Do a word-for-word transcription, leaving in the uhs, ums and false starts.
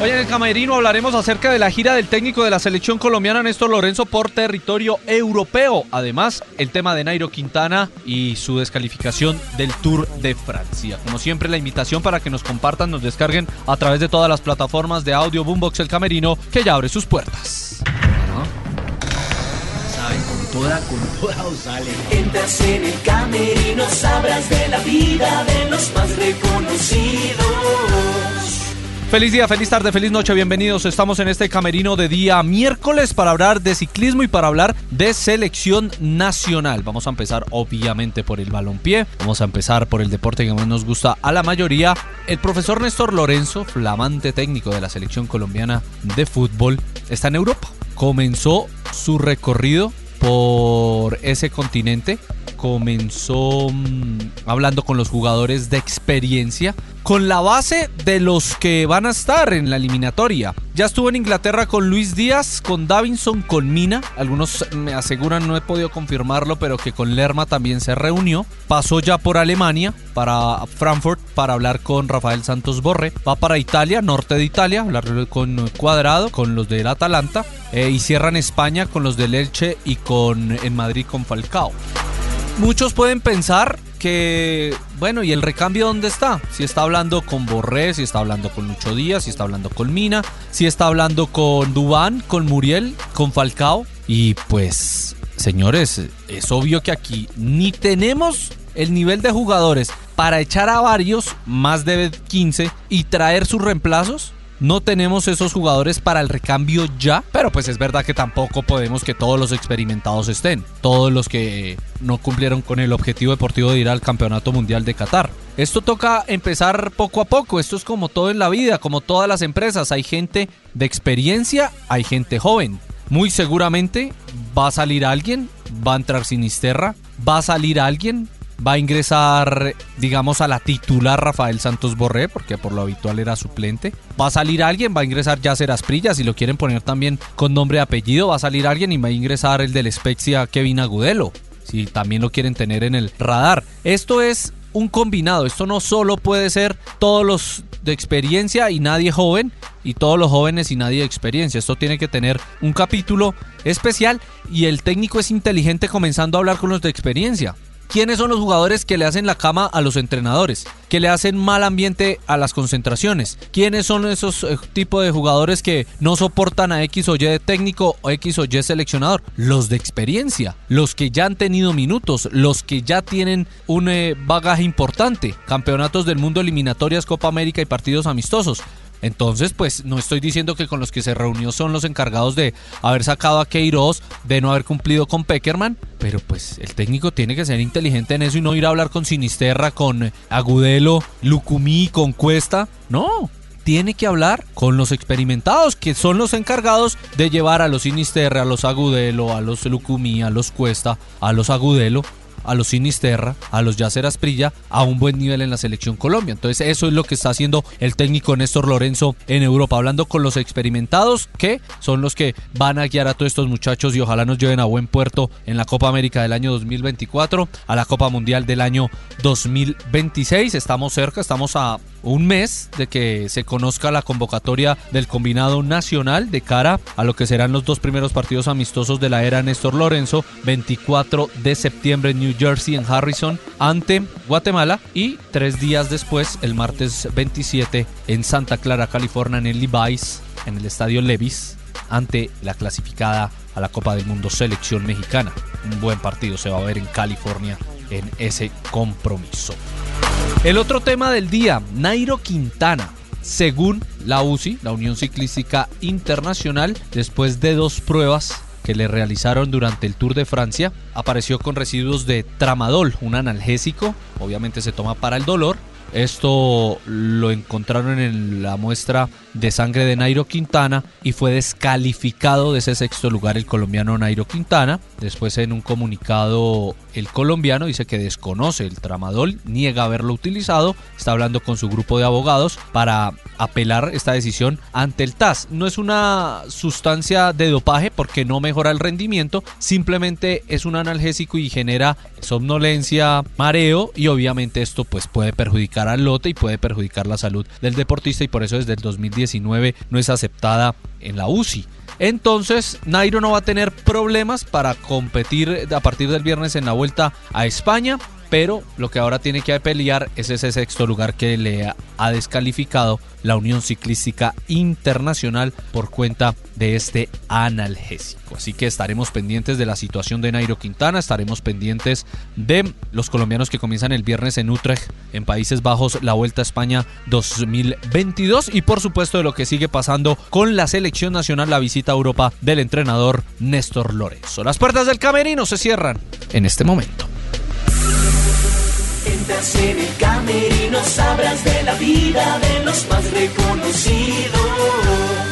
Hoy en el Camerino hablaremos acerca de la gira del técnico de la selección colombiana Néstor Lorenzo por territorio europeo. Además, el tema de Nairo Quintana y su descalificación del Tour de Francia. Como siempre, la invitación para que nos compartan, nos descarguen a través de todas las plataformas de audio Boombox El Camerino, que ya abre sus puertas. ¿Saben? Con toda, con toda os sale. Entras en el Camerino, sabrás de la vida de los más reconocidos. Feliz día, feliz tarde, feliz noche, bienvenidos. Estamos en este Camerino de día miércoles para hablar de ciclismo y para hablar de selección nacional. Vamos a empezar obviamente por el balompié, vamos a empezar por el deporte que más nos gusta a la mayoría. El profesor Néstor Lorenzo, flamante técnico de la selección colombiana de fútbol, está en Europa. Comenzó su recorrido por ese continente. Comenzó mmm, hablando con los jugadores de experiencia, con la base de los que van a estar en la eliminatoria. Ya estuvo en Inglaterra con Luis Díaz, con Davinson, con Mina. Algunos me aseguran, no he podido confirmarlo, pero que con Lerma también se reunió. Pasó ya por Alemania, para Frankfurt, para hablar con Rafael Santos Borré. Va para Italia, norte de Italia, hablar con Cuadrado, con los del Atalanta. Eh, y cierra en España con los del Elche y con en Madrid con Falcao. Muchos pueden pensar que, bueno, ¿y el recambio dónde está? Si está hablando con Borré, si está hablando con Lucho Díaz, si está hablando con Mina, si está hablando con Duván, con Muriel, con Falcao. Y pues, señores, es obvio que aquí ni tenemos el nivel de jugadores para echar a varios, más de quince, y traer sus reemplazos. No tenemos esos jugadores para el recambio ya, pero pues es verdad que tampoco podemos que todos los experimentados estén, todos los que no cumplieron con el objetivo deportivo de ir al Campeonato Mundial de Qatar. Esto toca empezar poco a poco, esto es como todo en la vida, como todas las empresas, hay gente de experiencia, hay gente joven. Muy seguramente va a salir alguien, va a entrar Sinisterra, va a salir alguien, va a ingresar, digamos, a la titular Rafael Santos Borré, porque por lo habitual era suplente. Va a salir alguien, va a ingresar Yasser Asprilla, si lo quieren poner también con nombre y apellido, va a salir alguien y va a ingresar el del Spezia Kevin Agudelo, si también lo quieren tener en el radar. Esto es un combinado, esto no solo puede ser todos los de experiencia y nadie joven, y todos los jóvenes y nadie de experiencia. Esto tiene que tener un capítulo especial y el técnico es inteligente comenzando a hablar con los de experiencia. ¿Quiénes son los jugadores que le hacen la cama a los entrenadores? ¿Que le hacen mal ambiente a las concentraciones? ¿Quiénes son esos eh, tipos de jugadores que no soportan a X o Y de técnico o X o Y seleccionador? Los de experiencia, los que ya han tenido minutos, los que ya tienen un eh, bagaje importante. Campeonatos del mundo, eliminatorias, Copa América y partidos amistosos. Entonces, pues no estoy diciendo que con los que se reunió son los encargados de haber sacado a Queiroz, de no haber cumplido con Pekerman, pero pues el técnico tiene que ser inteligente en eso y no ir a hablar con Sinisterra, con Agudelo, Lucumí, con Cuesta. No, tiene que hablar con los experimentados, que son los encargados de llevar a los Sinisterra, a los Agudelo, a los Lucumí, a los Cuesta, a los Agudelo, a los Sinisterra, a los Yasser Asprilla, a un buen nivel en la selección Colombia. Entonces eso es lo que está haciendo el técnico Néstor Lorenzo en Europa, hablando con los experimentados, que son los que van a guiar a todos estos muchachos y ojalá nos lleven a buen puerto en la Copa América del año dos mil veinticuatro, a la Copa Mundial del año dos mil veintiséis. Estamos cerca, estamos a un mes de que se conozca la convocatoria del combinado nacional de cara a lo que serán los dos primeros partidos amistosos de la era Néstor Lorenzo, veinticuatro de septiembre en New Jersey, en Harrison, ante Guatemala, y tres días después, el martes veintisiete, en Santa Clara, California, en el Levi's, en el estadio Levi's, ante la clasificada a la Copa del Mundo selección mexicana. Un buen partido se va a ver en California en ese compromiso. El otro tema del día, Nairo Quintana. Según la U C I, la Unión Ciclística Internacional, después de dos pruebas que le realizaron durante el Tour de Francia, apareció con residuos de tramadol, un analgésico, obviamente se toma para el dolor. Esto lo encontraron en la muestra de sangre de Nairo Quintana y fue descalificado de ese sexto lugar el colombiano Nairo Quintana. Después, en un comunicado, el colombiano dice que desconoce el tramadol, niega haberlo utilizado, está hablando con su grupo de abogados para apelar esta decisión ante el T A S. No es una sustancia de dopaje porque no mejora el rendimiento, simplemente es un analgésico y genera somnolencia, mareo, y obviamente esto pues puede perjudicar al lote y puede perjudicar la salud del deportista, y por eso desde el dos mil diecinueve no es aceptada en la U C I. Entonces Nairo no va a tener problemas para competir a partir del viernes en la Vuelta a España, pero lo que ahora tiene que pelear es ese sexto lugar que le ha descalificado la Unión Ciclística Internacional por cuenta de este analgésico. Así que estaremos pendientes de la situación de Nairo Quintana, estaremos pendientes de los colombianos que comienzan el viernes en Utrecht, en Países Bajos, la Vuelta a España dos mil veintidós, y por supuesto de lo que sigue pasando con la selección nacional, la visita a Europa del entrenador Néstor Lorenzo. Las puertas del camerino se cierran en este momento. Entras en el camerino, sabrás de la vida de los más reconocidos.